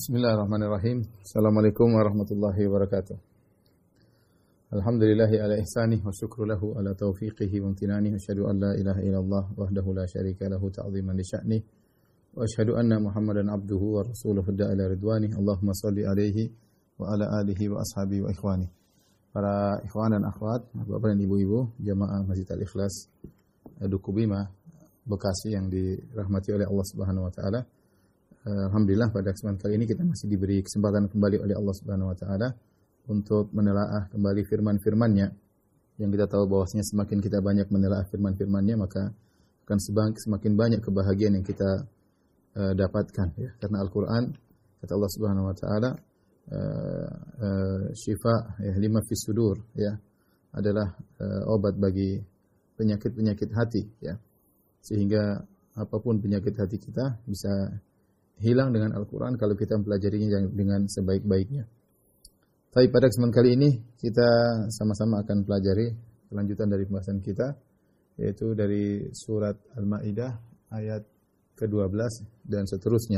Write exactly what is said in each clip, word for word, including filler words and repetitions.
Bismillahirrahmanirrahim. Assalamualaikum warahmatullahi wabarakatuh. Alhamdulillahi ala ihsanih wa syukru lahu ala taufiqihi wa amtinani wa asyhadu an la ilaha illallah wahdahu la syarika lahu ta'ziman li sya'nih wa asyhadu anna Muhammadan abduhu wa rasuluhu da'ala ridwanih. Allahumma shalli alaihi wa ala alihi wa ashabihi wa ikhwani. Para ikhwan dan akhwat, Bapak dan Ibu-ibu, jamaah Masjid Al-Ikhlas Duku Bima Bekasi yang dirahmati oleh Allah Subhanahu wa taala. Alhamdulillah pada kesempatan kali ini kita masih diberi kesempatan kembali oleh Allah Subhanahu wa taala untuk menelaah kembali firman-firman-Nya. Yang kita tahu bahwasanya semakin kita banyak menelaah firman-firman-Nya, maka akan semakin banyak kebahagiaan yang kita uh, dapatkan ya. Karena Al-Qur'an kata Allah Subhanahu wa taala uh, uh, syifa ya lima fis sudur ya, adalah uh, obat bagi penyakit-penyakit hati ya. Sehingga apapun penyakit hati kita bisa hilang dengan Al-Quran kalau kita mempelajarinya dengan sebaik-baiknya. Tapi pada kesempatan kali ini kita sama-sama akan pelajari kelanjutan dari pembahasan kita, yaitu dari surat Al-Maidah ayat kedua belas dan seterusnya.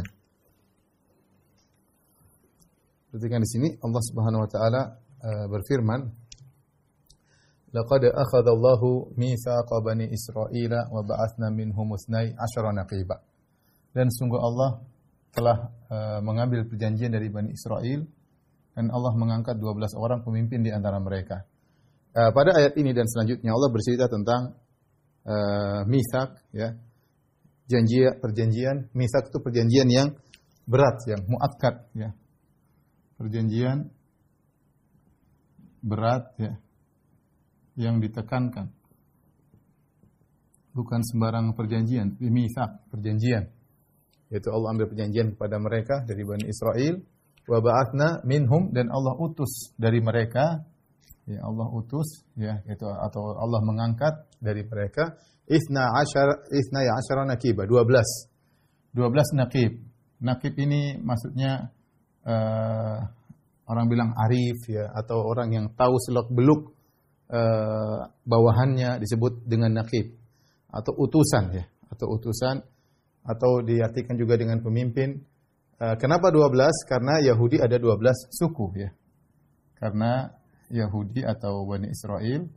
Perhatikan di sini Allah Subhanahu wa taala uh, berfirman, "Laqad akhadha Allahu mitsaqa bani Israila wa ba'atsna minhum ithnai asyara naqiba." Dan sungguh Allah telah uh, mengambil perjanjian dari Bani Israel dan Allah mengangkat dua belas orang pemimpin di antara mereka. Uh, pada ayat ini dan selanjutnya Allah bercerita tentang uh, mitsak ya. Janji perjanjian, mitsak itu perjanjian yang berat, yang muakkad ya. Perjanjian berat ya. Yang ditekankan. Bukan sembarang perjanjian, mitsak, perjanjian. Yaitu Allah ambil perjanjian kepada mereka dari Bani Israel, wa ba'atsna minhum, dan Allah utus dari mereka, ya Allah utus ya, itu atau Allah mengangkat dari mereka isna asyara isna ya asyara naqiba, dua belas. dua belas naqib. Naqib ini maksudnya uh, orang bilang arif ya, atau orang yang tahu seluk-beluk uh, bawahannya disebut dengan naqib, atau utusan ya, atau utusan, atau diartikan juga dengan pemimpin. Kenapa dua belas? Karena Yahudi ada dua belas suku ya. Karena Yahudi atau Bani Israel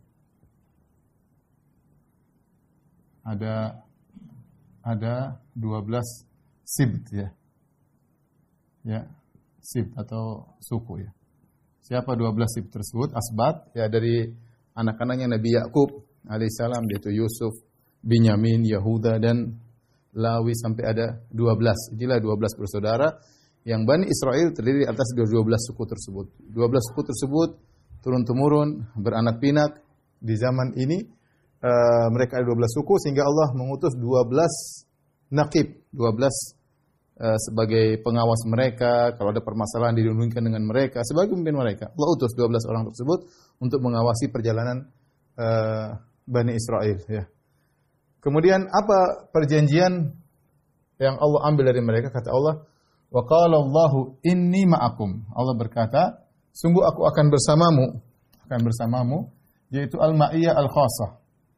ada ada dua belas sibt ya. Ya, sibt atau suku ya. Siapa dua belas sibt tersebut? Asbat ya, dari anak-anaknya Nabi Yakub alaihissalam, yaitu Yusuf, Binyamin, Yahuda, dan Lawi, sampai ada dua belas. Inilah dua belas bersaudara yang Bani Israel terdiri atas dua belas suku tersebut. dua belas suku tersebut turun-temurun beranak pinak di zaman ini. Uh, mereka ada dua belas suku sehingga Allah mengutus dua belas naqib, dua belas uh, sebagai pengawas mereka. Kalau ada permasalahan didunungkan dengan mereka sebagai pemimpin mereka. Allah utus dua belas orang tersebut untuk mengawasi perjalanan uh, Bani Israel ya. Kemudian apa perjanjian yang Allah ambil dari mereka? Kata Allah, wa qala Allahu inni ma'akum. Allah berkata, sungguh aku akan bersamamu, akan bersamamu, yaitu al-ma'iyah al-khassah.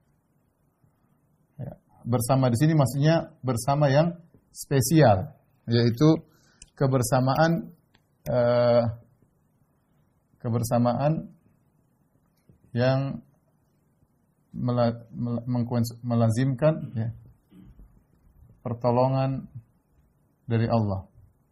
Ya, bersama di sini maksudnya bersama yang spesial, yaitu kebersamaan uh, kebersamaan yang melazimkan ya, pertolongan dari Allah.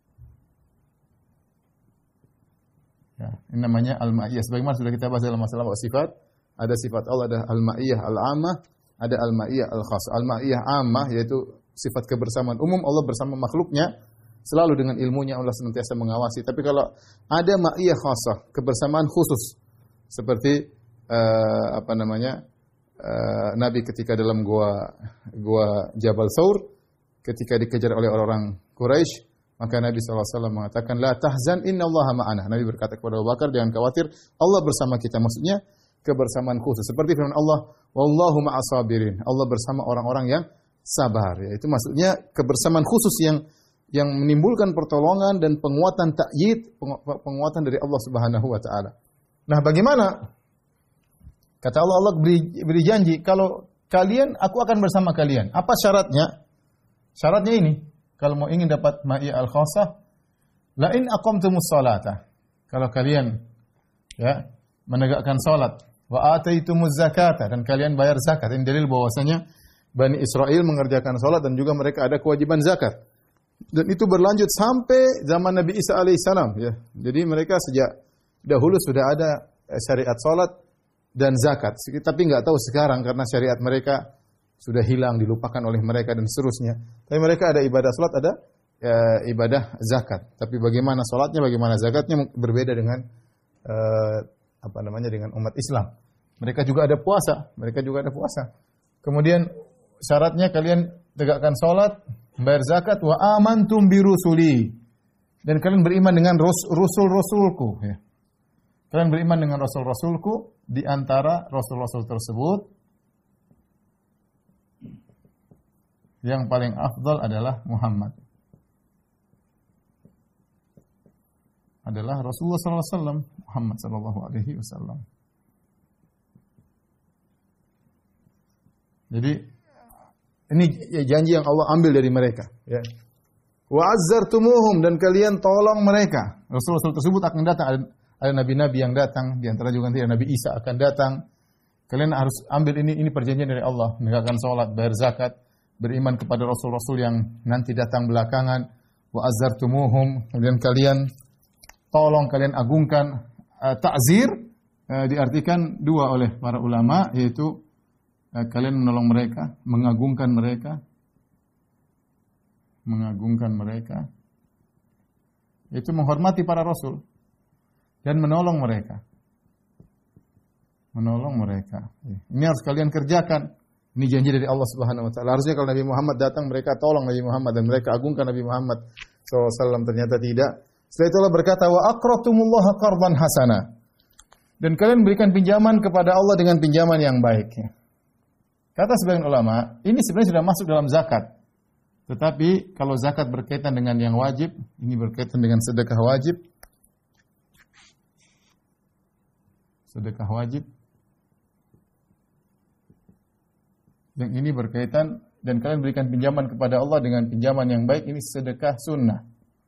Ya, ini namanya al-ma'iyah. Sebagaimana sudah kita bahas dalam masalah sifat, ada sifat Allah, ada al-ma'iyah al-'ammah, ada al-ma'iyah al-khassah. Al-ma'iyah 'ammah yaitu sifat kebersamaan umum Allah bersama makhluknya, selalu dengan ilmunya Allah senantiasa mengawasi. Tapi kalau ada ma'iyah khassah, kebersamaan khusus, seperti uh, apa namanya? Uh, Nabi ketika dalam gua gua Jabal Thawr, ketika dikejar oleh orang-orang Quraisy, maka Nabi shallallahu alaihi wasallam mengatakan, la tahzan innallaha ma'ana. Nabi berkata kepada Abu Bakar, jangan khawatir, Allah bersama kita. Maksudnya kebersamaan khusus. Seperti firman Allah, wallahu ma'as sabirin. Allah bersama orang-orang yang sabar. Ya, itu maksudnya kebersamaan khusus yang yang menimbulkan pertolongan dan penguatan ta'yid, penguatan dari Allah Subhanahu wa taala. Nah, bagaimana? Kata Allah, Allah beri, beri janji, kalau kalian, aku akan bersama kalian. Apa syaratnya? Syaratnya ini, kalau mau ingin dapat ma'iyah al-khassah, La in aqamtumus salata. Kalau kalian ya menegakkan salat, wa ataitumuz zakata, dan kalian bayar zakat. Ini dalil bahwasanya Bani Israel mengerjakan salat dan juga mereka ada kewajiban zakat. Dan itu berlanjut sampai zaman Nabi Isa alaihissalam ya. Jadi mereka sejak dahulu sudah ada syariat salat dan zakat. Tapi nggak tahu sekarang karena syariat mereka sudah hilang, dilupakan oleh mereka dan seterusnya. Tapi mereka ada ibadah salat, ada ya, ibadah zakat. Tapi bagaimana salatnya, bagaimana zakatnya berbeda dengan uh, apa namanya dengan umat Islam. Mereka juga ada puasa, mereka juga ada puasa. Kemudian syaratnya kalian tegakkan salat, bayar zakat, wa amantum bi rusuli, dan kalian beriman dengan rasul-rasulku ya. Kalian beriman dengan rasul-rasulku, di antara rasul-rasul tersebut yang paling afdal adalah Muhammad. Adalah Rasulullah sallallahu alaihi wasallam, Muhammad sallallahu alaihi wasallam. Jadi ini janji yang Allah ambil dari mereka, ya. Wa azzartumuhum, dan kalian tolong mereka. Rasul-rasul tersebut akan datang, ada, ada nabi-nabi yang datang, di antara juga nanti Nabi Isa akan datang. Kalian harus ambil ini, ini perjanjian dari Allah, menegakkan salat, bayar zakat, beriman kepada rasul-rasul yang nanti datang belakangan. Wa azzartumuhum, kemudian kalian tolong, kalian agungkan. Uh, ta'zir uh, diartikan dua oleh para ulama, yaitu kalian menolong mereka, mengagungkan mereka, mengagungkan mereka, itu menghormati para rasul dan menolong mereka, menolong mereka. Ini harus kalian kerjakan. Ini janji dari Allah Subhanahu Wa Taala. Harusnya kalau Nabi Muhammad datang, mereka tolong Nabi Muhammad dan mereka agungkan Nabi Muhammad shallallahu alaihi wasallam. Ternyata tidak. Setelah itu Allah berkata, wa aqratumullaha qardan hasana, dan kalian berikan pinjaman kepada Allah dengan pinjaman yang baik. Kata sebagian ulama, ini sebenarnya sudah masuk dalam zakat. Tetapi kalau zakat berkaitan dengan yang wajib, ini berkaitan dengan sedekah wajib. Sedekah wajib. Yang ini berkaitan, dan kalian berikan pinjaman kepada Allah dengan pinjaman yang baik, ini sedekah sunnah.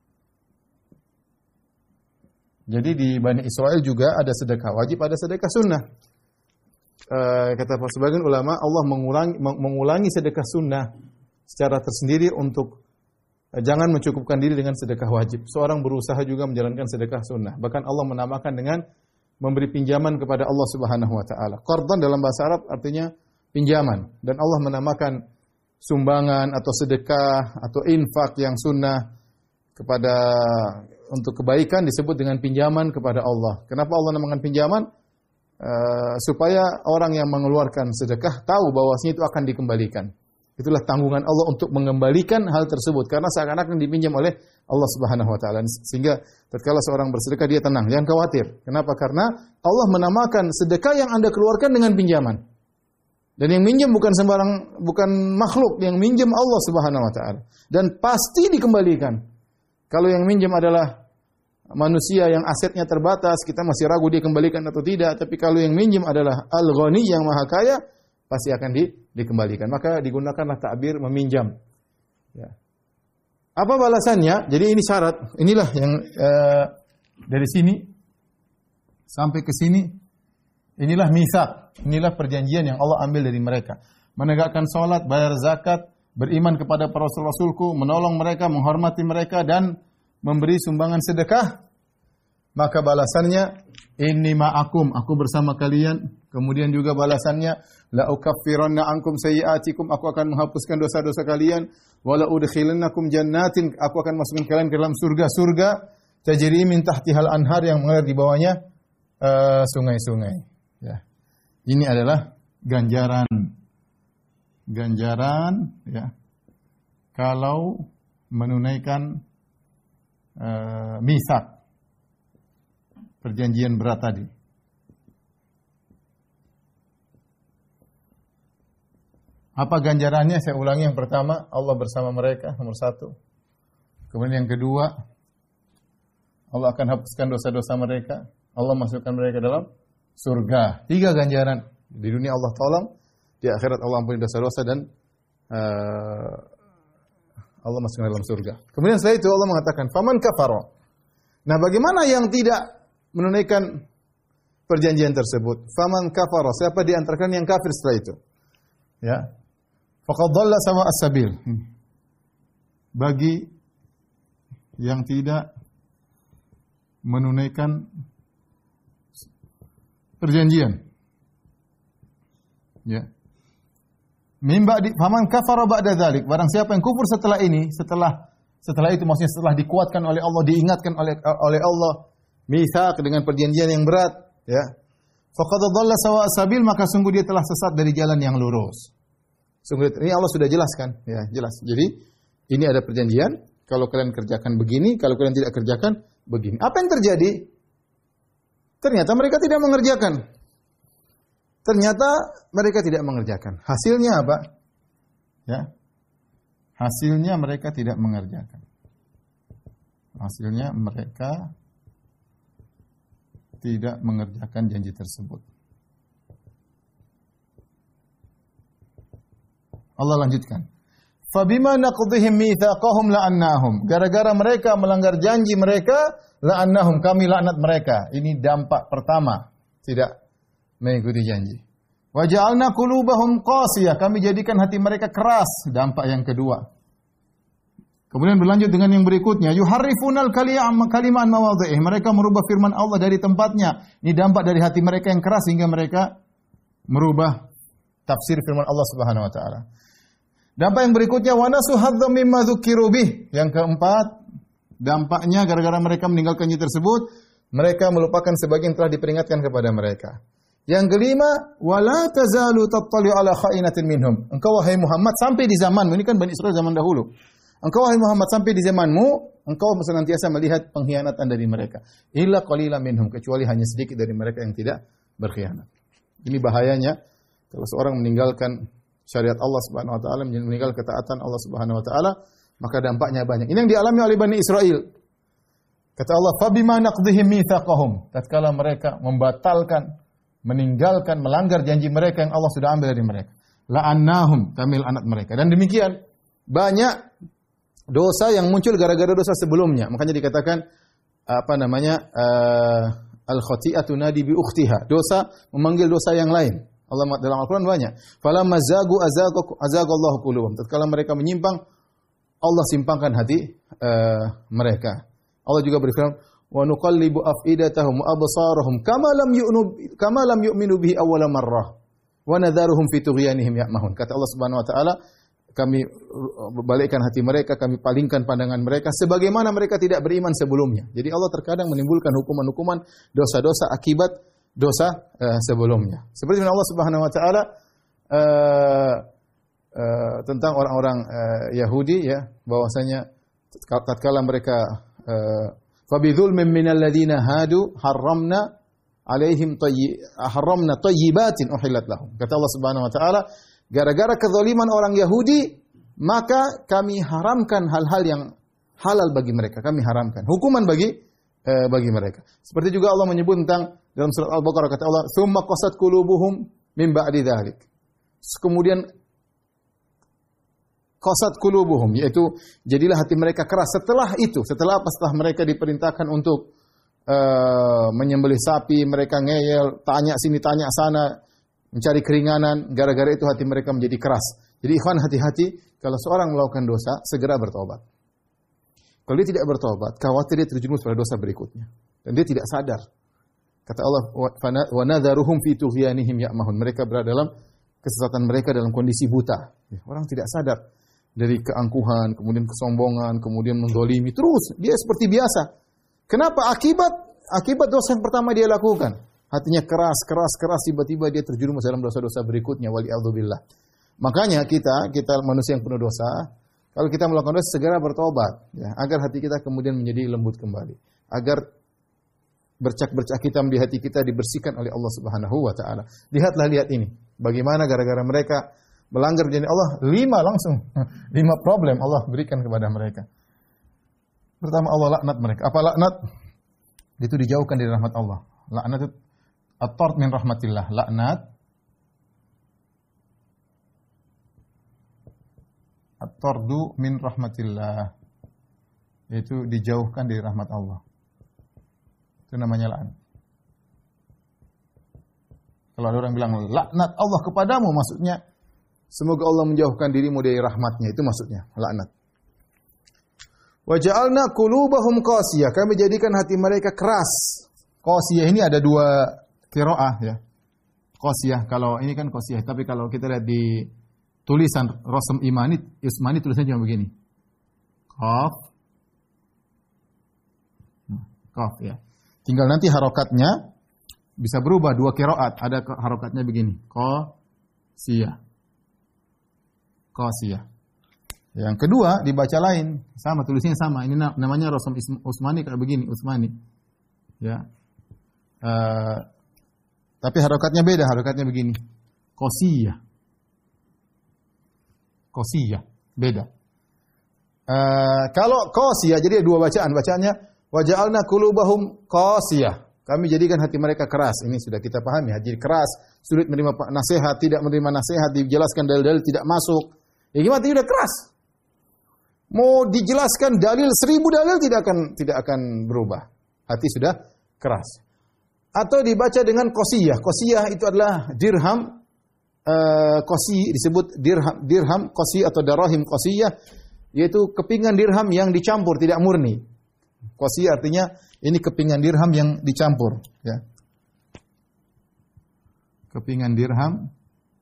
Jadi di Bani Israel juga ada sedekah wajib, ada sedekah sunnah. Uh, kata sebagian ulama, Allah mengulangi, mengulangi sedekah sunnah secara tersendiri untuk uh, jangan mencukupkan diri dengan sedekah wajib. Seorang berusaha juga menjalankan sedekah sunnah. Bahkan Allah menamakan dengan memberi pinjaman kepada Allah Subhanahu Wa Taala. Qardan dalam bahasa Arab artinya pinjaman, dan Allah menamakan sumbangan atau sedekah atau infak yang sunnah kepada untuk kebaikan disebut dengan pinjaman kepada Allah. Kenapa Allah namakan pinjaman? Uh, supaya orang yang mengeluarkan sedekah tahu bahwasanya itu akan dikembalikan. Itulah tanggungan Allah untuk mengembalikan hal tersebut, karena seakan-akan dipinjam oleh Allah Subhanahu Wa Taala. Sehingga tatkala seorang bersedekah dia tenang, jangan khawatir. Kenapa? Karena Allah menamakan sedekah yang Anda keluarkan dengan pinjaman. Dan yang minjam bukan sembarang, bukan makhluk, yang minjam Allah Subhanahu Wa Taala. Dan pasti dikembalikan. Kalau yang minjam adalah manusia yang asetnya terbatas, kita masih ragu dia kembalikan atau tidak. Tapi kalau yang minjem adalah Al-Ghani yang maha kaya, pasti akan di, dikembalikan. Maka digunakanlah ta'bir meminjam. Ya. Apa balasannya? Jadi ini syarat. Inilah yang uh, dari sini sampai ke sini. Inilah mitsaq. Inilah perjanjian yang Allah ambil dari mereka. Menegakkan salat, bayar zakat, beriman kepada para rasul-rasulku, menolong mereka, menghormati mereka, dan memberi sumbangan sedekah. Maka balasannya, inni ma'akum, aku bersama kalian. Kemudian juga balasannya, la ukaffiranna ankum sayyi'atikum, aku akan menghapuskan dosa-dosa kalian. Wa la udkhilannakum jannatin, aku akan masukkan kalian ke dalam surga-surga tajri min tahtihal anhar, yang mengalir di bawahnya uh, sungai-sungai. Ya. Ini adalah ganjaran ganjaran ya kalau menunaikan uh, mitsaq, perjanjian berat tadi. Apa ganjarannya? Saya ulangi, yang pertama, Allah bersama mereka, nomor satu. Kemudian yang kedua, Allah akan hapuskan dosa-dosa mereka. Allah masukkan mereka dalam surga. Tiga ganjaran. Di dunia Allah tolong, di akhirat Allah ampuni dosa-dosa, dan uh, Allah masukkan dalam surga. Kemudian setelah itu Allah mengatakan, faman kafara, Nah, bagaimana yang tidak menunaikan perjanjian tersebut? Faman kafara, siapa di antara kalian yang kafir setelah itu? Ya. Faqad dhalla sawa as-sabil. Bagi yang tidak menunaikan perjanjian. Ya. Min ba'di faman kafara ba'da dzalik, barang siapa yang kufur setelah ini, setelah setelah itu maksudnya setelah dikuatkan oleh Allah, diingatkan oleh oleh Allah mitsaq dengan perjanjian yang berat, ya. Faqad dhalla sawa as-sabil, maka sungguh dia telah sesat dari jalan yang lurus. Sungguh ini Allah sudah jelaskan, ya, jelas. Jadi ini ada perjanjian, kalau kalian kerjakan begini, kalau kalian tidak kerjakan begini. Apa yang terjadi? Ternyata mereka tidak mengerjakan. Ternyata mereka tidak mengerjakan. Hasilnya apa? Ya. Hasilnya mereka tidak mengerjakan. Hasilnya mereka tidak mengerjakan janji tersebut. Allah lanjutkan. Fabima naqdihim mitsaqahum la'annahum. Gara-gara mereka melanggar janji mereka, la'annahum, kami laknat mereka. Ini dampak pertama, tidak mengikuti janji. Wa ja'alna qulubahum qasiyah, kami jadikan hati mereka keras, dampak yang kedua. Kemudian berlanjut dengan yang berikutnya, yuharrifunal kalima an mawadhi'ih, mereka merubah firman Allah dari tempatnya. Ini dampak dari hati mereka yang keras sehingga mereka merubah tafsir firman Allah Subhanahu wa taala. Dampak yang berikutnya, wa nasu hadzam mimma dzukiru bih. Yang keempat, dampaknya gara-gara mereka meninggalkan janji tersebut, mereka melupakan sebagian telah diperingatkan kepada mereka. Yang kelima, wala tazalu tattali'u ala kha'inatin minhum. Engkau wahai Muhammad sampai di zamanmu, ini kan Bani Israil zaman dahulu. Engkau wahai Muhammad sampai di zamanmu, engkau senantiasa melihat pengkhianatan dari mereka. Illa qalilan minhum, kecuali hanya sedikit dari mereka yang tidak berkhianat. Ini bahayanya kalau seorang meninggalkan syariat Allah Subhanahu wa taala, meninggalkan ketaatan Allah Subhanahu wa taala, maka dampaknya banyak. Ini yang dialami oleh Bani Israil. Kata Allah, "Fabima naqdihim mitsaqahum." Tatkala mereka membatalkan, meninggalkan, melanggar janji mereka yang Allah sudah ambil dari mereka. La'annahum, kami laknat mereka. Dan demikian banyak dosa yang muncul gara-gara dosa sebelumnya. Makanya dikatakan apa namanya? Uh, al-khati'atu nadi bi ukhtiha. Dosa memanggil dosa yang lain. Allah dalam Al-Qur'an banyak. Falamma zagu azagu azagallahu qulubahum. Tatkala mereka menyimpang, Allah simpangkan hati uh, mereka. Allah juga berfirman, "Wa nuqallibu afidatahum wa absarahum kama lam yu'minu kama lam yu'minu bihi awwala marrah wa nadharuhum fi tughyanihim ya'mahun." Kata Allah Subhanahu wa taala, kami balikkan hati mereka, kami palingkan pandangan mereka sebagaimana mereka tidak beriman sebelumnya. Jadi Allah terkadang menimbulkan hukuman-hukuman dosa-dosa akibat dosa uh, sebelumnya. Seperti Allah Subhanahu wa taala uh, uh, tentang orang-orang uh, Yahudi, ya, bahwasanya tatkala mereka uh, fabidzulmin minal ladzina hadu harramna alaihim tayyi harramna tayyibatin uhillat lahum. Kata Allah Subhanahu wa taala, gara-gara kezaliman orang Yahudi, maka kami haramkan hal-hal yang halal bagi mereka. Kami haramkan hukuman bagi eh, bagi mereka. Seperti juga Allah menyebut tentang dalam surat Al-Baqarah, kata Allah, "Tsumma qasat qulubuhum min ba'di dzalik." Kemudian qasat qulubuhum, yaitu jadilah hati mereka keras setelah itu. Setelah apa? Setelah mereka diperintahkan untuk uh, menyembelih sapi, mereka ngeyel, tanya sini tanya sana, mencari keringanan, gara-gara itu hati mereka menjadi keras. Jadi ikhwan, hati-hati kalau seorang melakukan dosa, segera bertobat. Kalau dia tidak bertobat, khawatir dia terjerumus pada dosa berikutnya. Dan dia tidak sadar. Kata Allah, "Wa nadharuhum fi tughyanihim ya'mahun." Mereka berada dalam kesesatan mereka dalam kondisi buta. Orang tidak sadar. Dari keangkuhan, kemudian kesombongan, kemudian menzalimi, terus dia seperti biasa. Kenapa? Akibat akibat dosa yang pertama dia lakukan. Hatinya keras, keras, keras, tiba-tiba dia terjerumus dalam dosa-dosa berikutnya, wali'adzubillah. Makanya kita, kita manusia yang penuh dosa, kalau kita melakukan dosa, segera bertobat, ya, agar hati kita kemudian menjadi lembut kembali. Agar bercak-bercak hitam di hati kita dibersihkan oleh Allah Subhanahu wa taala. Lihatlah, lihat ini. Bagaimana gara-gara mereka melanggar janji Allah, lima langsung. Lima problem Allah berikan kepada mereka. Pertama, Allah laknat mereka. Apa laknat? Itu dijauhkan dari rahmat Allah. Laknat itu at-tard min rahmatillah. Laknat at-tardu min rahmatillah. Yaitu dijauhkan dari rahmat Allah. Itu namanya laknat. Kalau ada orang bilang laknat Allah kepadamu, maksudnya semoga Allah menjauhkan dirimu dari rahmatnya. Itu maksudnya laknat. Wa ja'alna qulubahum qasiyah. Kami jadikan hati mereka keras. Qasiyah ini ada dua qiraah ya. Qasiyah, kalau ini kan qasiyah, tapi kalau kita lihat di tulisan Rasm Imani, Usmani tulisannya cuma begini. Qaf. Qaf ya. Tinggal nanti harokatnya bisa berubah, dua qiraat. Ada harokatnya begini. Qasiyah. Qasiyah. Yang kedua dibaca lain, sama tulisnya sama. Ini namanya Rasm Usmani kayak begini, Usmani. Ya. Uh, tapi harokatnya beda, harokatnya begini. Qasiyah. Qasiyah, beda. Uh, kalau qasiyah jadi dua bacaan, bacaannya wa ja'alna qulubahum qasiyah. Kami jadikan hati mereka keras. Ini sudah kita pahami, hati keras, sulit menerima nasihat, tidak menerima nasihat, dijelaskan dalil-dalil tidak masuk. Ya gimana sudah keras? Mau dijelaskan dalil seribu dalil tidak akan tidak akan berubah. Hati sudah keras. Atau dibaca dengan qasiyah. Qasiyah itu adalah dirham uh, qasi disebut dirham dirham qasi atau darahim qasiyah, yaitu kepingan dirham yang dicampur tidak murni. Qasiyah artinya ini kepingan dirham yang dicampur ya. Kepingan dirham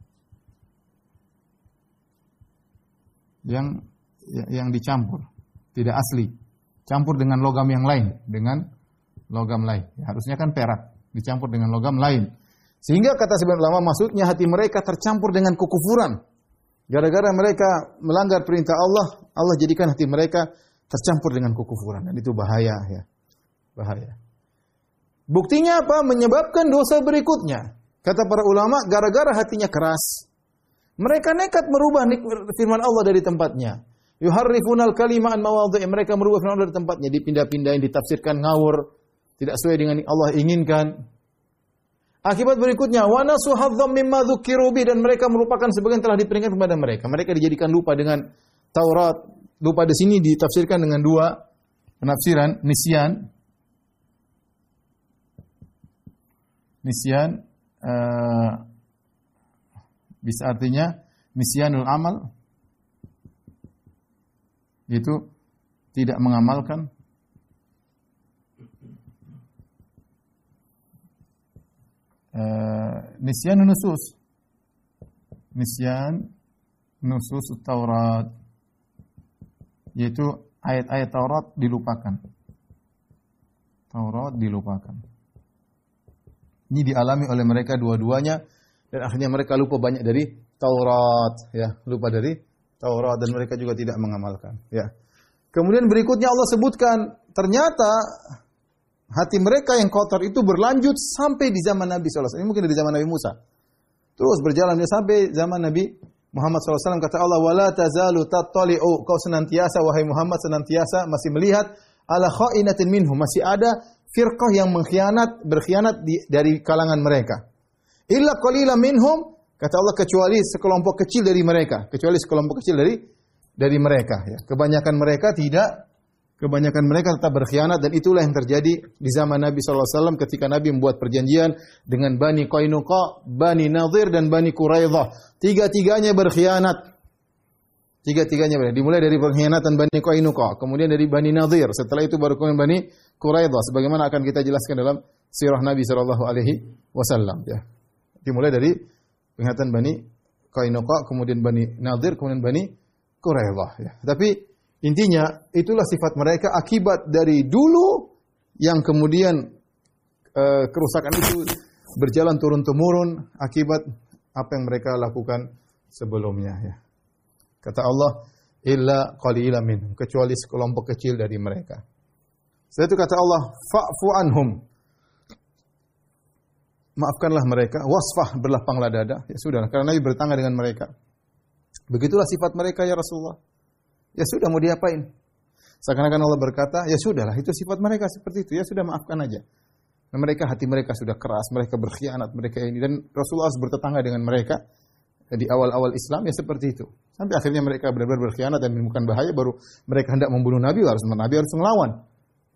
yang yang dicampur, tidak asli. Campur dengan logam yang lain, dengan logam lain. Ya, harusnya kan perak, dicampur dengan logam lain. Sehingga kata sebagian ulama maksudnya hati mereka tercampur dengan kekufuran. Gara-gara mereka melanggar perintah Allah, Allah jadikan hati mereka tercampur dengan kekufuran. Dan itu bahaya ya. Bahaya. Buktinya apa? Menyebabkan dosa berikutnya. Kata para ulama, gara-gara hatinya keras, mereka nekat merubah firman Allah dari tempatnya. Yuharrifunal kalima an mawadhi'i, mereka merubah firman Allah dari tempatnya, dipindah-pindahin, ditafsirkan ngawur, tidak sesuai dengan Allah inginkan. Akibat berikutnya, wa nasu hadzam mimma dzukiru bi, dan mereka merupakan sebagian telah diperingatkan kepada mereka. Mereka dijadikan lupa dengan Taurat. Lupa di sini ditafsirkan dengan dua penafsiran, nisyan. Nisyan uh, bisa artinya nisyanul amal, yaitu tidak mengamalkan. Uh, nisyan nusus, nisyan nusus Taurat, yaitu ayat-ayat Taurat dilupakan. Taurat dilupakan. Ini dialami oleh mereka dua-duanya, dan akhirnya mereka lupa banyak dari Taurat, ya, lupa dari Taurat, dan mereka juga tidak mengamalkan, ya. Kemudian berikutnya Allah sebutkan, ternyata hati mereka yang kotor itu berlanjut sampai di zaman Nabi sallallahu alaihi wasallam. Ini mungkin dari zaman Nabi Musa. Terus berjalan sampai zaman Nabi Muhammad sallallahu alaihi wasallam. Kata Allah, wala tazalu tattali'u, kau senantiasa wahai Muhammad senantiasa masih melihat ala kha'inatin minhum, masih ada firqah yang mengkhianat, berkhianat di, dari kalangan mereka. Illa qalila minhum, kata Allah, kecuali sekelompok kecil dari mereka, kecuali sekelompok kecil dari dari mereka ya. Kebanyakan mereka tidak, kebanyakan mereka tetap berkhianat, dan itulah yang terjadi di zaman Nabi sallallahu alaihi wasallam ketika Nabi membuat perjanjian dengan Bani Qainuqa, Bani Nadhir dan Bani Quraidah. Tiga-tiganya berkhianat. Tiga-tiganya berkhianat. Dimulai dari pengkhianatan Bani Qainuqa, kemudian dari Bani Nadhir, setelah itu baru kemudian Bani Quraidah, sebagaimana akan kita jelaskan dalam sirah Nabi sallallahu alaihi wasallam ya. Dimulai dari pengkhianatan Bani Qainuqa, kemudian Bani Nadhir, kemudian Bani Quraidah ya. Tapi intinya itulah sifat mereka akibat dari dulu yang kemudian e, kerusakan itu berjalan turun-temurun akibat apa yang mereka lakukan sebelumnya ya. Kata Allah, illa qalilan minhum, kecuali sekelompok kecil dari mereka. Setelah itu kata Allah, fa'fu anhum, maafkanlah mereka, wasfah, berlapanglah dada. Ya sudah, karena Nabi bertangga dengan mereka. Begitulah sifat mereka ya Rasulullah. Ya sudah, mau diapain? Seakan-akan Allah berkata, ya sudahlah, itu sifat mereka seperti itu. Ya sudah, maafkan aja. Nah, mereka, hati mereka sudah keras, mereka berkhianat, mereka ini. Dan Rasulullah harus bertetangga dengan mereka. Di awal-awal Islam ya seperti itu. Sampai akhirnya mereka benar-benar berkhianat dan menemukan bahaya, baru mereka hendak membunuh Nabi, harus Nabi harus melawan.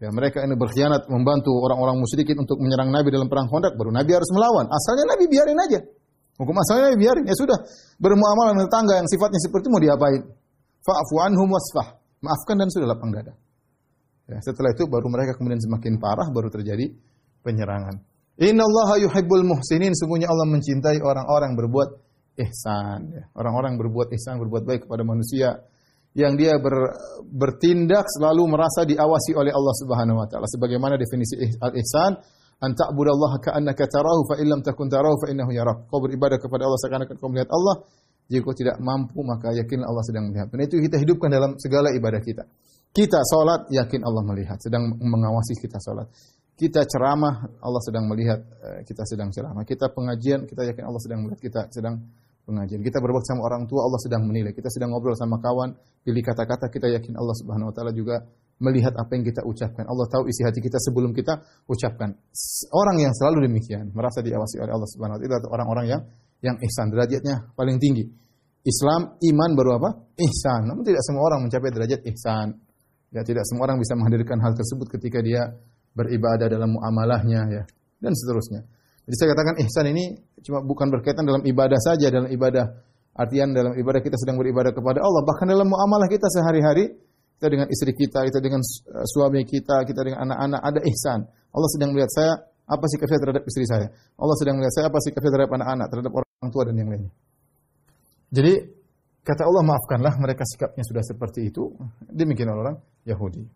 Ya, mereka ini berkhianat membantu orang-orang musyrikin untuk menyerang Nabi dalam perang Khandaq, baru Nabi harus melawan. Asalnya Nabi biarin aja. Hukum asalnya Nabi biarin. Ya sudah, bermuamalah dengan tetangga yang sifatnya seperti itu mau diapain? Fa'fu anhum wasfah. Maafkan dan sudah lapang dada. Ya, setelah itu baru mereka kemudian semakin parah, baru terjadi penyerangan. Innallaha yuhibbul muhsinin. Sungguhnya Allah mencintai orang-orang berbuat ihsan. Ya, orang-orang berbuat ihsan, berbuat baik kepada manusia. Yang dia ber, bertindak selalu merasa diawasi oleh Allah Subhanahu wa taala. Sebagaimana definisi al-ihsan, an ta'budallaha ka'annaka tarahu fa illam takun tarahu fa innahu yarak. Kau beribadah kepada Allah seakan-akan kau melihat Allah. Jika kau tidak mampu maka yakinlah Allah sedang melihat. Dan itu kita hidupkan dalam segala ibadah kita. Kita salat yakin Allah melihat, sedang mengawasi kita salat. Kita ceramah, Allah sedang melihat kita sedang ceramah. Kita pengajian, kita yakin Allah sedang melihat kita sedang pengajian. Kita berbakti sama orang tua, Allah sedang menilai. Kita sedang ngobrol sama kawan, pilih kata-kata, kita yakin Allah Subhanahu wa taala juga melihat apa yang kita ucapkan. Allah tahu isi hati kita sebelum kita ucapkan. Orang yang selalu demikian, merasa diawasi oleh Allah Subhanahu wa taala, itu orang-orang yang yang ihsan, derajatnya paling tinggi. Islam, iman baru apa? Ihsan. Namun tidak semua orang mencapai derajat ihsan. Ya, tidak semua orang bisa menghadirkan hal tersebut ketika dia beribadah dalam muamalahnya, ya, dan seterusnya. Jadi saya katakan ihsan ini cuma bukan berkaitan dalam ibadah saja, dalam ibadah artian dalam ibadah kita sedang beribadah kepada Allah, bahkan dalam muamalah kita sehari-hari, kita dengan istri kita, kita dengan suami kita, kita dengan anak-anak, ada ihsan. Allah sedang melihat saya, apa sikap saya terhadap istri saya. Allah sedang melihat saya, apa sikap saya terhadap anak-anak, terhadap orang tua dan yang lainnya. Jadi kata Allah, maafkanlah mereka sikapnya sudah seperti itu. Demikian orang Yahudi.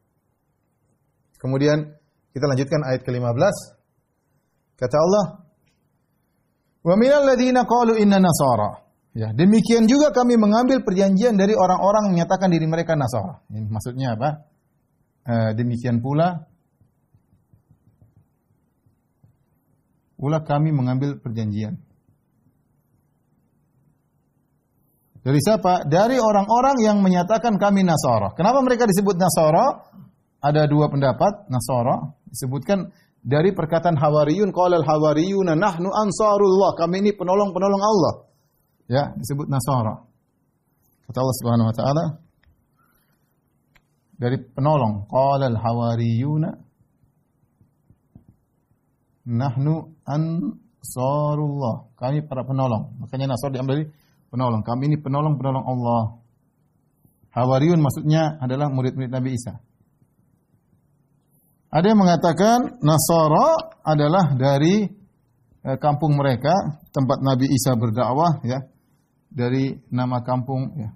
Kemudian kita lanjutkan ayat ke lima belas. Kata Allah, "Wa minal ladzina qalu inna nasara." Ya, demikian juga kami mengambil perjanjian dari orang-orang yang menyatakan diri mereka Nasara. Ini maksudnya apa? E, demikian pula pula kami mengambil perjanjian. Dari siapa? Dari orang-orang yang menyatakan kami Nasara. Kenapa mereka disebut Nasara? Ada dua pendapat. Nasara disebutkan dari perkataan Hawariyun, qala al-Hawariyuna nahnu ansarullah. Kami ini penolong-penolong Allah. Ya, disebut Nasara. Kata Allah Subhanahu wa taala dari penolong, qala al-Hawariyuna nahnu ansarullah. Kami para penolong. Makanya Nasara diambil dari penolong. Kami ini penolong-penolong Allah. Hawariyun maksudnya adalah murid-murid Nabi Isa. Ada yang mengatakan Nasara adalah dari eh, kampung mereka, tempat Nabi Isa berdakwah, ya. Dari nama kampung, ya.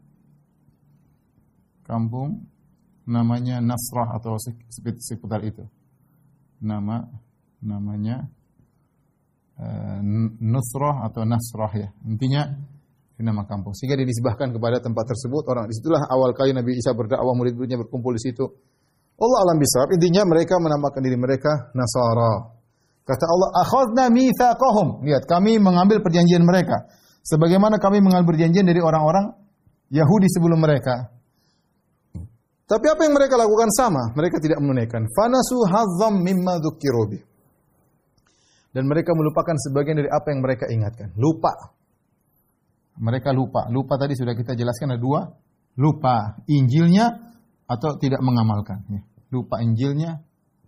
Kampung namanya Nasrah atau seputar itu. Nama namanya eh, Nusrah atau Nasrah, ya. Intinya ini nama kampung. Sehingga dinisbahkan kepada tempat tersebut. Orang disitulah awal kali Nabi Isa berdakwah, murid-muridnya berkumpul di situ. Allah alam bisawab, intinya mereka menamakan diri mereka Nasara. Kata Allah, akhadna mitsaqahum. Lihat, kami mengambil perjanjian mereka. Sebagaimana kami mengambil perjanjian dari orang-orang Yahudi sebelum mereka. Tapi apa yang mereka lakukan sama? Mereka tidak menunaikan. Fanasu hazzam mimma dzukkiru bih. Dan mereka melupakan sebagian dari apa yang mereka ingatkan. Lupa. Mereka lupa. Lupa tadi sudah kita jelaskan ada dua. Lupa Injilnya atau tidak mengamalkan. Lupa Injilnya,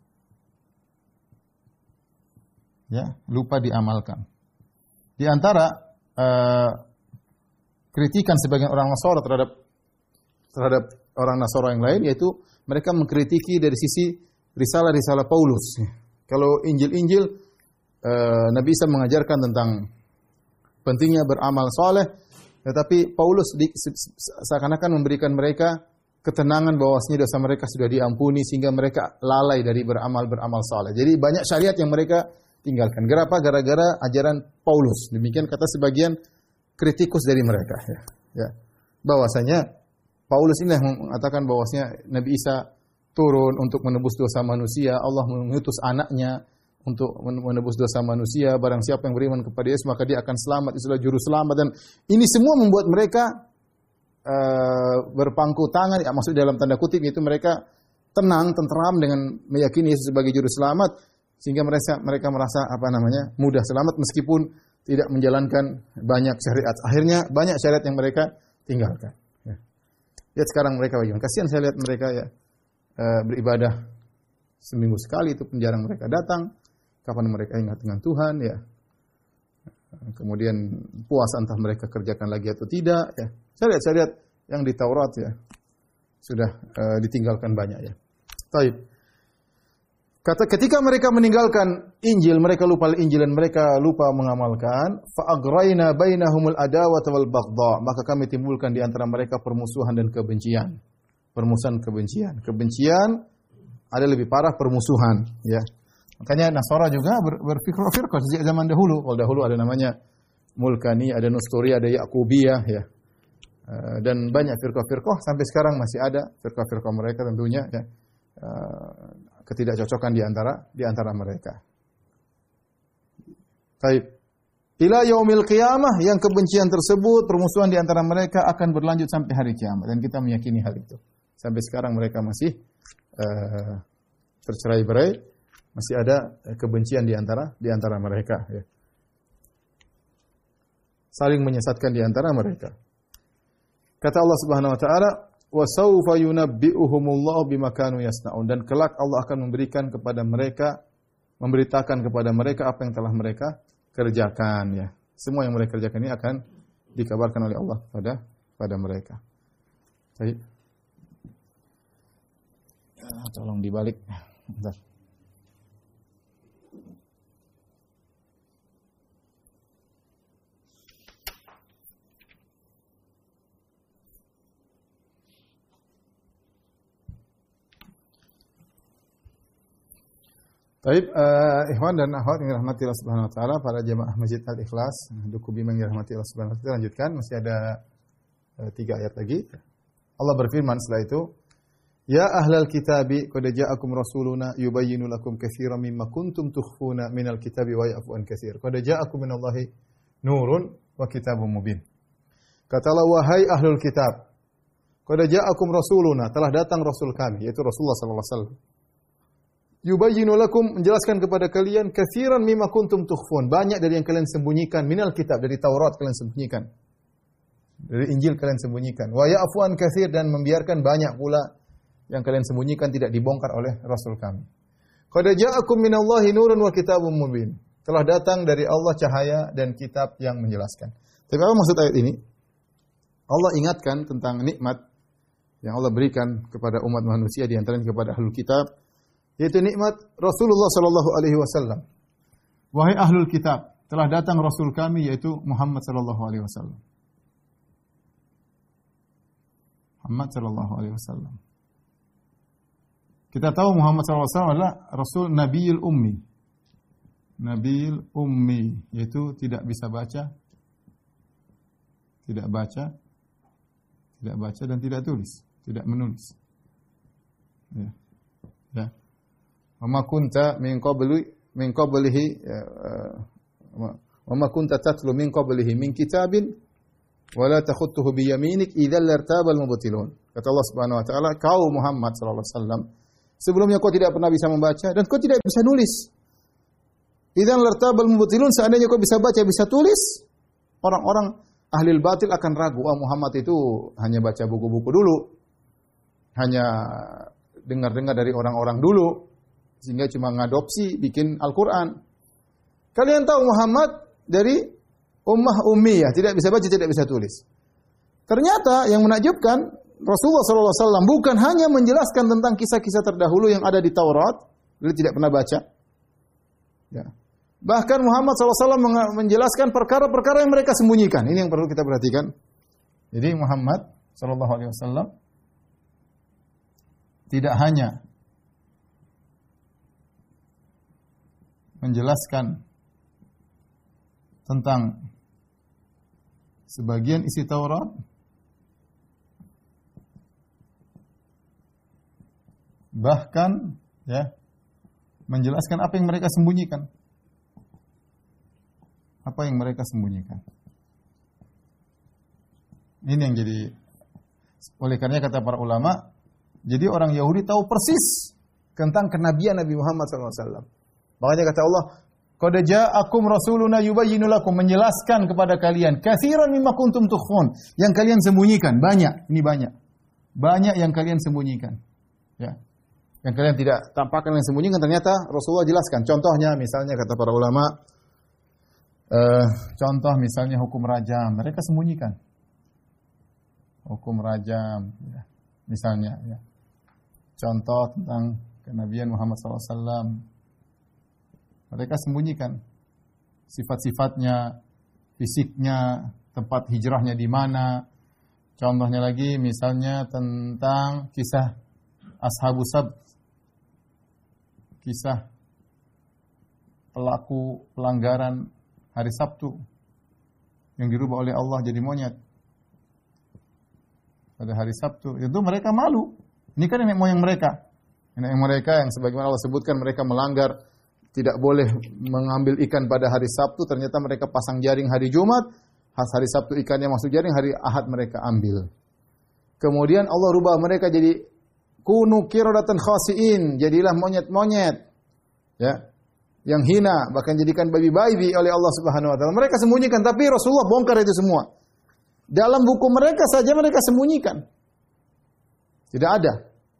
ya, lupa diamalkan. Di antara uh, kritikan sebagian orang Nasara terhadap terhadap orang Nasara yang lain, yaitu mereka mengkritiki dari sisi risalah-risalah Paulus. Kalau Injil-Injil, uh, Nabi Isa mengajarkan tentang pentingnya beramal soleh, tetapi Paulus di, seakan-akan memberikan mereka ketenangan bahwasanya dosa mereka sudah diampuni sehingga mereka lalai dari beramal-beramal saleh. Jadi banyak syariat yang mereka tinggalkan. Kenapa? Gara-gara ajaran Paulus. Demikian kata sebagian kritikus dari mereka. Ya, ya. Bahwasanya Paulus ini mengatakan bahwasanya Nabi Isa turun untuk menebus dosa manusia. Allah mengutus anaknya untuk menebus dosa manusia. Barang siapa yang beriman kepada Yesus maka dia akan selamat. Itulah juru selamat. Dan ini semua membuat mereka Uh, berpangku tangan, ya, maksud dalam tanda kutip itu mereka tenang, tenteram dengan meyakini Yesus sebagai juru selamat, sehingga mereka mereka merasa apa namanya mudah selamat meskipun tidak menjalankan banyak syariat. Akhirnya banyak syariat yang mereka tinggalkan. Ya, ya sekarang mereka bagaimana? Kasihan saya lihat mereka ya uh, beribadah seminggu sekali itu pun jarang mereka datang. Kapan mereka ingat dengan Tuhan ya. Kemudian puasa entah mereka kerjakan lagi atau tidak ya. Saya lihat, saya lihat yang di Taurat ya sudah uh, ditinggalkan banyak ya. Taib. Kata ketika mereka meninggalkan Injil, mereka lupa Injil dan mereka lupa mengamalkan, fa agrayna bainahumul adawata wal baghdha, maka kami timbulkan di antara mereka permusuhan dan kebencian. Permusuhan kebencian. Kebencian ada lebih parah permusuhan ya. Makanya Nasara juga ber, berfirqah-firqah sejak zaman dahulu. Kalau dahulu ada namanya Mulkani, ada Nusturi, ada Yakubiyah ya. Uh, dan banyak firqah-firqah sampai sekarang masih ada firqah-firqah mereka tentunya ya. Uh, ketidakcocokan di antara di antara mereka. Baik. Ila yaumil qiyamah, yang kebencian tersebut, permusuhan di antara mereka akan berlanjut sampai hari kiamat dan kita meyakini hal itu. Sampai sekarang mereka masih uh, tercerai-berai. Masih ada kebencian di antara di antara mereka ya. Saling menyesatkan di antara mereka. Kata Allah Subhanahu wa taala, "Wa sawfa yunabbi'uhumullahu bima kanu yasna'un." Dan kelak Allah akan memberikan kepada mereka, memberitakan kepada mereka apa yang telah mereka kerjakan ya. Semua yang mereka kerjakan ini akan dikabarkan oleh Allah pada pada mereka. Baik. Ya, tolong dibalik. Bentar. Baik, uh, ikhwan dan akhwat yang dirahmati Allah Subhanahu wa taala, para jemaah Masjid Al-Ikhlas, Duku Bima yang dirahmati Allah Subhanahu wa taala, lanjutkan, masih ada uh, tiga ayat lagi. Allah berfirman setelah itu, "Ya ahlal kitabi, qad ja'akum rasuluna yubayyinu lakum katsiran mimma kuntum tukhfuna minal kitabi wa ya'fu an katsir. Qad ja'akum minallahi nurun wa kitabun mubin." Kata Allah, wahai ahlul kitab, qad ja'akum rasuluna, telah datang rasul kami, yaitu Rasulullah sallallahu alaihi wasallam. Yubayyinu lakum, menjelaskan kepada kalian, katsiran mimma kuntum tukhfun, banyak dari yang kalian sembunyikan, minal kitab, dari Taurat kalian sembunyikan, dari Injil kalian sembunyikan, wa ya'fu an katsir, dan membiarkan banyak pula yang kalian sembunyikan tidak dibongkar oleh Rasul kami. Qad ja'akum minallahi nurun wa kitabun mubin, telah datang dari Allah cahaya dan kitab yang menjelaskan. Tapi apa maksud ayat ini? Allah ingatkan tentang nikmat yang Allah berikan kepada umat manusia, di antaranya kepada ahlul kitab, yaitu nikmat Rasulullah sallallahu alaihi wasallam. Wahai ahlul kitab, telah datang Rasul kami, yaitu Muhammad sallallahu alaihi wasallam. Muhammad sallallahu alaihi wasallam. Kita tahu Muhammad sallallahu alaihi wasallam adalah Rasul Nabiyul Ummi. Nabiyul Ummi, yaitu tidak bisa baca, tidak baca, tidak baca dan tidak tulis, tidak menulis. Ya. Ya. Wa ma kunta min qabli min qablihi wa ma kunta tatlu min qablihi min kitabin wa la takhutuhu bi yaminik idzal lartabal mubtilun. Kata Allah Subhanahu wa taala, kau Muhammad sallallahu alaihi wasallam, sebelumnya kau tidak pernah bisa membaca dan kau tidak bisa nulis. Idzal lartabal mubtilun, seandainya kau bisa baca, bisa tulis, orang-orang ahli batil akan ragu, oh Muhammad itu hanya baca buku-buku dulu, hanya dengar-dengar dari orang-orang dulu, sehingga cuma ngadopsi bikin Al-Quran. Kalian tahu Muhammad dari ummah ummiyah, tidak bisa baca, tidak bisa tulis. Ternyata yang menakjubkan, Rasulullah sallallahu alaihi wasallam bukan hanya menjelaskan tentang kisah-kisah terdahulu yang ada di Taurat, beliau tidak pernah baca. Ya. Bahkan Muhammad sallallahu alaihi wasallam menjelaskan perkara-perkara yang mereka sembunyikan. Ini yang perlu kita perhatikan. Jadi Muhammad sallallahu alaihi wasallam tidak hanya menjelaskan tentang sebagian isi Taurat, bahkan ya menjelaskan apa yang mereka sembunyikan. Apa yang mereka sembunyikan. Ini yang jadi, oleh karenanya kata para ulama, jadi orang Yahudi tahu persis tentang kenabian Nabi Muhammad sallallahu alaihi wasallam. Makanya kata Allah, qad ja'akum rasuluna yubayyinu lakum, menjelaskan kepada kalian katsiran mimma kuntum tukhfun, yang kalian sembunyikan, banyak, ini banyak. Banyak yang kalian sembunyikan. Ya. Yang kalian tidak tampakkan, yang sembunyikan, ternyata Rasulullah jelaskan. Contohnya misalnya kata para ulama, uh, contoh misalnya hukum rajam, mereka sembunyikan. Hukum rajam, ya. Misalnya, ya. Contoh tentang kenabian Muhammad shallallahu alaihi wasallam, mereka sembunyikan sifat-sifatnya, fisiknya, tempat hijrahnya di mana. Contohnya lagi misalnya tentang kisah Ashabus Sabt, kisah pelaku pelanggaran hari Sabtu yang dirubah oleh Allah jadi monyet pada hari Sabtu. Itu mereka malu. Ini kan nenek moyang mereka. Nenek moyang mereka yang sebagaimana Allah sebutkan mereka melanggar, tidak boleh mengambil ikan pada hari Sabtu, ternyata mereka pasang jaring hari Jumat, hari Sabtu ikannya masuk jaring, hari Ahad mereka ambil. Kemudian Allah rubah mereka jadi kunu qiradatan khasiin, jadilah monyet-monyet. Ya. Yang hina, bahkan jadikan babi-babi oleh Allah Subhanahu wa taala. Mereka sembunyikan, tapi Rasulullah bongkar itu semua. Dalam buku mereka saja mereka sembunyikan. Tidak ada.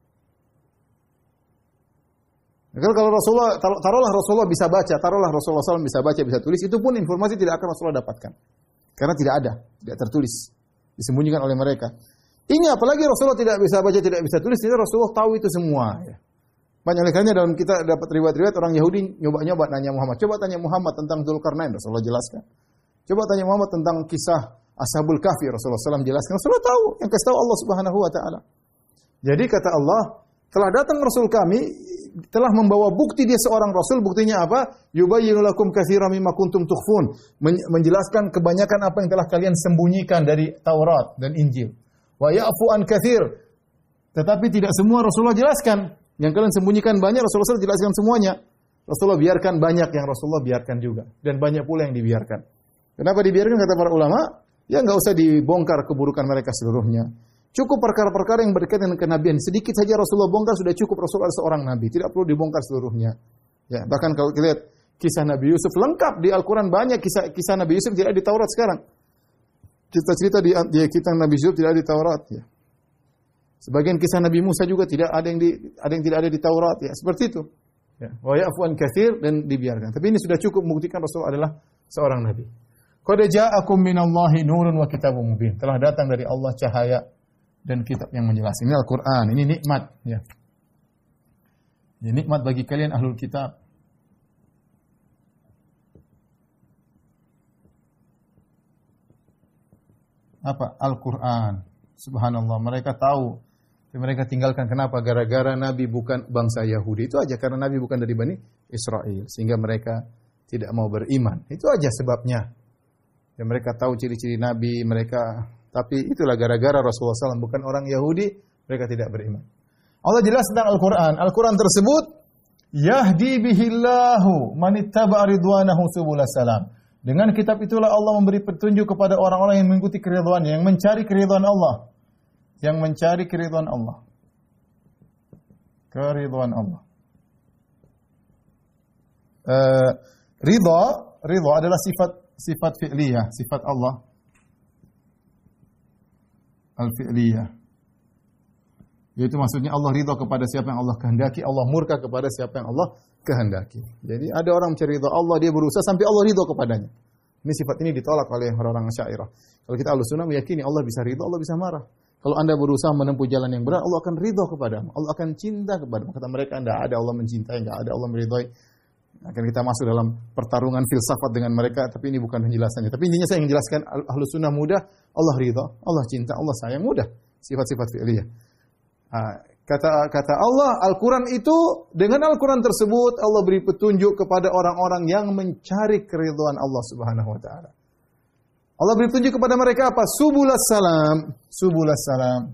Kalau Rasulullah, taruhlah Rasulullah bisa baca, taruhlah Rasulullah shallallahu alaihi wasallam bisa baca, bisa tulis, itu pun informasi tidak akan Rasulullah dapatkan. Karena tidak ada, tidak tertulis. Disembunyikan oleh mereka. Ini apalagi Rasulullah tidak bisa baca, tidak bisa tulis, jadi Rasulullah tahu itu semua. Banyak olehnya dalam kita dapat riwayat-riwayat orang Yahudi nyoba-nyoba nanya Muhammad. Coba tanya Muhammad tentang Dzulkarnain, Rasulullah jelaskan. Coba tanya Muhammad tentang kisah Ashabul Kahfi, Rasulullah shallallahu alaihi wasallam jelaskan. Rasulullah tahu, yang kasih tahu Allah Subhanahu wa taala. Jadi kata Allah, telah datang Rasul kami, telah membawa bukti dia seorang Rasul. Buktinya apa? Yubayyinu lakum katsiran mimma kuntum tukhfun. Menjelaskan kebanyakan apa yang telah kalian sembunyikan dari Taurat dan Injil. Wa ya'fu an katsir. Tetapi tidak semua Rasulullah jelaskan. Yang kalian sembunyikan banyak, Rasulullah jelaskan semuanya. Rasulullah biarkan banyak yang Rasulullah biarkan juga. Dan banyak pula yang dibiarkan. Kenapa dibiarkan kata para ulama? Ya enggak usah dibongkar keburukan mereka seluruhnya. Cukup perkara-perkara yang berkaitan dengan kenabian. Sedikit saja Rasulullah bongkar, sudah cukup Rasulullah seorang nabi. Tidak perlu dibongkar seluruhnya. Ya, bahkan kalau kita lihat kisah Nabi Yusuf lengkap di Al-Quran, banyak kisah kisah Nabi Yusuf tidak ada di Taurat sekarang. Cerita-cerita di, di kitab Nabi Yusuf tidak ada di Taurat. Ya. Sebagian kisah Nabi Musa juga tidak ada yang di, ada yang tidak ada di Taurat. Ya, seperti itu. Ya. Wa ya'fu an katsir, dan dibiarkan. Tapi ini sudah cukup membuktikan Rasul adalah seorang nabi. Qad ja'akum minallahi nurun wa kitabun mubin. Telah datang dari Allah cahaya dan kitab yang menjelaskan. Ini Al-Quran, ini nikmat. Ya. Ini nikmat bagi kalian ahlul kitab. Apa? Al-Quran. Subhanallah, mereka tahu. Mereka tinggalkan kenapa? Gara-gara Nabi bukan bangsa Yahudi. Itu aja, karena Nabi bukan dari Bani Israel. Sehingga mereka tidak mau beriman. Itu aja sebabnya. Dan mereka tahu ciri-ciri Nabi, mereka... Tapi itulah gara-gara Rasulullah shallallahu alaihi wasallam bukan orang Yahudi, mereka tidak beriman. Allah jelas tentang Al-Quran. Al-Quran tersebut, Yahdi bihillahu manittaba'a ridwanahu subulas salam. Dengan kitab itulah Allah memberi petunjuk kepada orang-orang yang mengikuti keridhaannya, yang mencari keridhaan Allah. Yang mencari keridhaan Allah. Keridhaan Allah. Uh, ridha, ridha adalah sifat sifat fi'liyah, sifat Allah. Al-fi'liyah. Yaitu maksudnya Allah ridha kepada siapa yang Allah kehendaki, Allah murka kepada siapa yang Allah kehendaki. Jadi ada orang mencari ridha Allah, dia berusaha sampai Allah ridha kepadanya. Ini sifat ini ditolak oleh orang-orang Asy'ariyah. Kalau kita Ahlussunnah meyakini Allah bisa ridha, Allah bisa marah. Kalau Anda berusaha menempuh jalan yang benar, Allah akan ridha kepadamu. Allah akan cinta kepadamu. Kata mereka, enggak ada Allah mencintai, enggak ada Allah meridhai. Akan kita masuk dalam pertarungan filsafat dengan mereka, tapi ini bukan penjelasannya. Tapi intinya saya ingin jelaskan, Ahlussunnah mudah, Allah ridha, Allah cinta, Allah sayang, mudah. Sifat-sifat fi'liyah. Kata kata Allah, Al-Quran itu, dengan Al-Quran tersebut, Allah beri petunjuk kepada orang-orang yang mencari keridhaan Allah Subhanahu wa ta'ala. Allah beri petunjuk kepada mereka apa? Subulas salam. Subulas salam.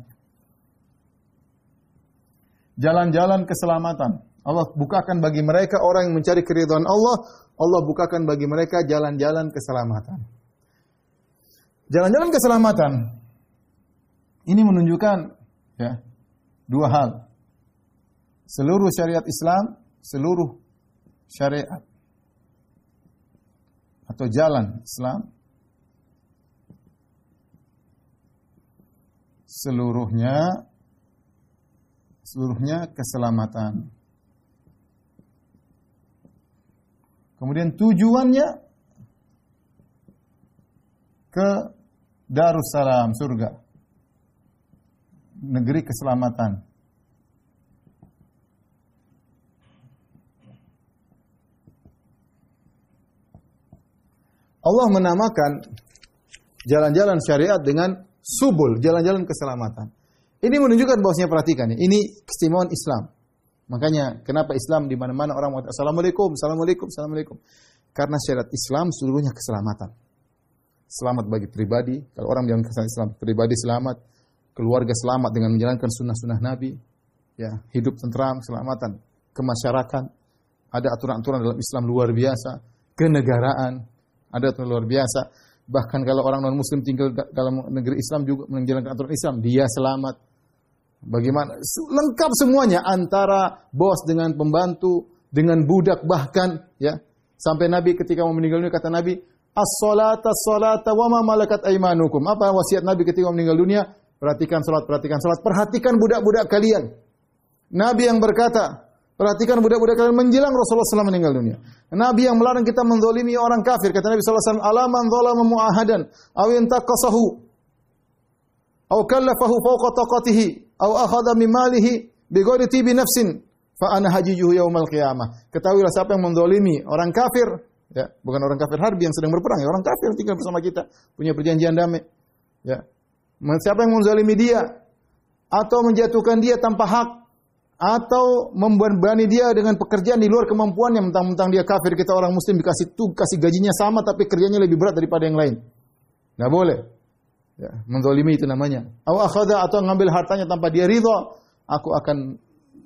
Jalan-jalan keselamatan. Allah bukakan bagi mereka orang yang mencari keridhaan Allah, Allah bukakan bagi mereka jalan-jalan keselamatan. Jalan-jalan keselamatan ini menunjukkan ya, dua hal. Seluruh syariat Islam, seluruh syariat atau jalan Islam seluruhnya seluruhnya keselamatan. Kemudian tujuannya ke Darussalam, surga. Negeri keselamatan. Allah menamakan jalan-jalan syariat dengan subul, jalan-jalan keselamatan. Ini menunjukkan bahwasanya, perhatikan ya, ini keistimewaan Islam. Makanya kenapa Islam di mana-mana orang mengatakan Assalamualaikum, Assalamualaikum, Assalamualaikum. Karena syariat Islam seluruhnya keselamatan. Selamat bagi pribadi, kalau orang yang menjalankan Islam, pribadi selamat, keluarga selamat dengan menjalankan sunnah-sunnah Nabi, ya, hidup tentram, keselamatan, kemasyarakatan, ada aturan-aturan dalam Islam luar biasa, kenegaraan, ada aturan luar biasa. Bahkan kalau orang non-muslim tinggal dalam negeri Islam juga menjalankan aturan Islam, dia selamat. Bagaimana? Lengkap semuanya, antara bos dengan pembantu, dengan budak bahkan, ya. Sampai Nabi ketika mau meninggal dunia kata Nabi, "As-salata as-salata wa ma malakat aymanukum." Apa wasiat Nabi ketika mau meninggal dunia? Perhatikan salat, perhatikan salat, perhatikan budak-budak kalian. Nabi yang berkata, perhatikan budak-budak kalian menjelang Rasulullah shallallahu alaihi wasallam meninggal dunia. Nabi yang melarang kita menzalimi orang kafir. Kata Nabi shallallahu alaihi wasallam, "Ala man zalama mu'ahadan aw intaqasahu aw kallafahu fawqa taqatihi aw akhadha min malihi bighairi tibi nafsin fa ana hajijuhu yaumal qiyamah." Ketahuilah siapa yang menzalimi orang kafir, ya, bukan orang kafir harbi yang sedang berperang, ya, orang kafir yang tinggal bersama kita, punya perjanjian damai. Ya. Siapa yang menzalimi dia atau menjatuhkan dia tanpa hak, atau membebani dia dengan pekerjaan di luar kemampuannya, mentang-mentang dia kafir, kita orang muslim dikasih tuh kasih gajinya sama tapi kerjanya lebih berat daripada yang lain. Enggak boleh. Ya, menzalimi itu namanya. Aw akhadha, atau ngambil hartanya tanpa dia ridha, aku akan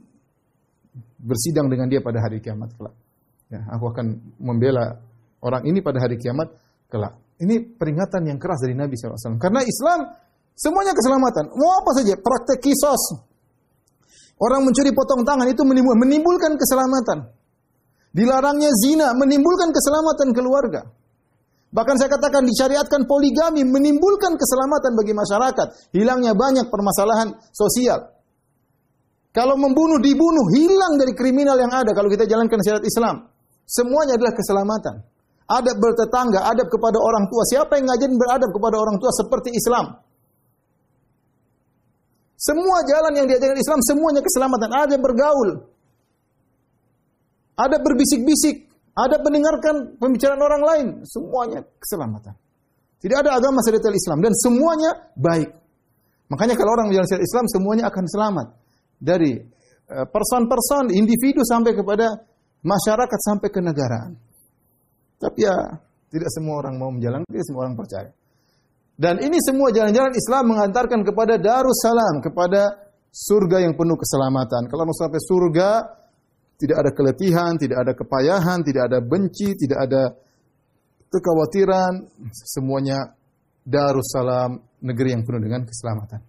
bersidang dengan dia pada hari kiamat kelak. Ya, aku akan membela orang ini pada hari kiamat kelak. Ini peringatan yang keras dari Nabi shallallahu alaihi wasallam. Karena Islam semuanya keselamatan. Mau apa saja, praktek kisos. Orang mencuri potong tangan itu menimbulkan keselamatan. Dilarangnya zina menimbulkan keselamatan keluarga. Bahkan saya katakan disyariatkan poligami menimbulkan keselamatan bagi masyarakat. Hilangnya banyak permasalahan sosial. Kalau membunuh dibunuh, hilang dari kriminal yang ada kalau kita jalankan syariat Islam. Semuanya adalah keselamatan. Adab bertetangga, adab kepada orang tua. Siapa yang ngajarin beradab kepada orang tua seperti Islam? Semua jalan yang diajarkan Islam semuanya keselamatan. Ada bergaul, ada berbisik-bisik, ada mendengarkan pembicaraan orang lain, semuanya keselamatan. Tidak ada agama selain Islam dan semuanya baik. Makanya kalau orang menjalankan Islam semuanya akan selamat, dari person-person, individu sampai kepada masyarakat sampai ke negaraan. Tapi ya tidak semua orang mau menjalankan, tidak semua orang percaya. Dan ini semua jalan-jalan Islam mengantarkan kepada Darussalam, kepada surga yang penuh keselamatan. Kalau mau sampai surga, tidak ada keletihan, tidak ada kepayahan, tidak ada benci, tidak ada kekhawatiran. Semuanya Darussalam, negeri yang penuh dengan keselamatan.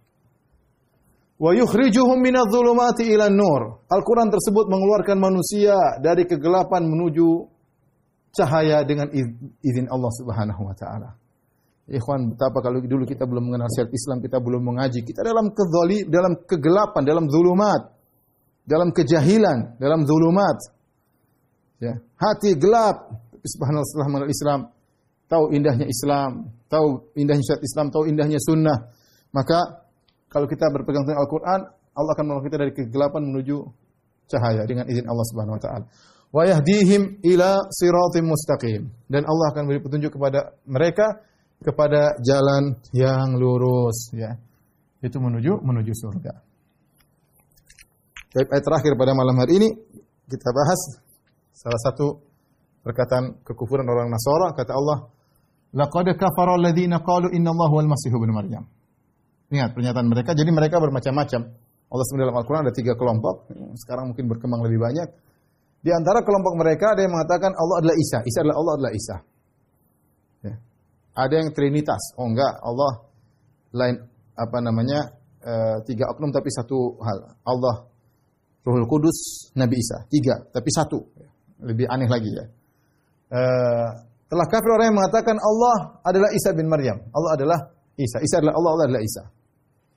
Wa yukhrijuhum minadh-dhulumati ilan nur. Al-Quran tersebut mengeluarkan manusia dari kegelapan menuju cahaya dengan izin Allah Subhanahu wa taala. Ikhwan, betapa kalau dulu kita belum mengenal syariat Islam, kita belum mengaji, kita dalam kezali, dalam kegelapan, dalam zulumat, dalam kejahilan, dalam zulumat. Ya, hati gelap. Subhanallah, setelah mengenal Islam, tahu indahnya Islam, tahu indahnya syariat Islam, tahu indahnya sunnah. Maka kalau kita berpegang teguh Al-Quran, Allah akan menolong kita dari kegelapan menuju cahaya dengan izin Allah Subhanahu wa taala. Wa yahdihim ila siratim mustaqim. Dan Allah akan beri petunjuk kepada mereka kepada jalan yang lurus, ya. Itu menuju menuju surga. Baik, ayat terakhir pada malam hari ini kita bahas salah satu perkataan kekufuran orang Nasara. Kata Allah, laqad kafara alladziina qalu innallaha huwal masiih ibnu Maryam. Ingat pernyataan mereka. Jadi mereka bermacam-macam. Allah sebut dalam Al-Quran ada tiga kelompok. Sekarang mungkin berkembang lebih banyak. Di antara kelompok mereka ada yang mengatakan Allah adalah Isa. Isa adalah Allah adalah Isa. Ya. Ada yang Trinitas. Oh enggak, Allah lain apa namanya e, tiga oknum tapi satu hal. Allah, Ruhul Kudus, Nabi Isa. Tiga tapi satu. Lebih aneh lagi ya. E, telah kafir orang yang mengatakan Allah adalah Isa bin Maryam. Allah adalah Isa. Isa adalah Allah, Allah adalah Isa.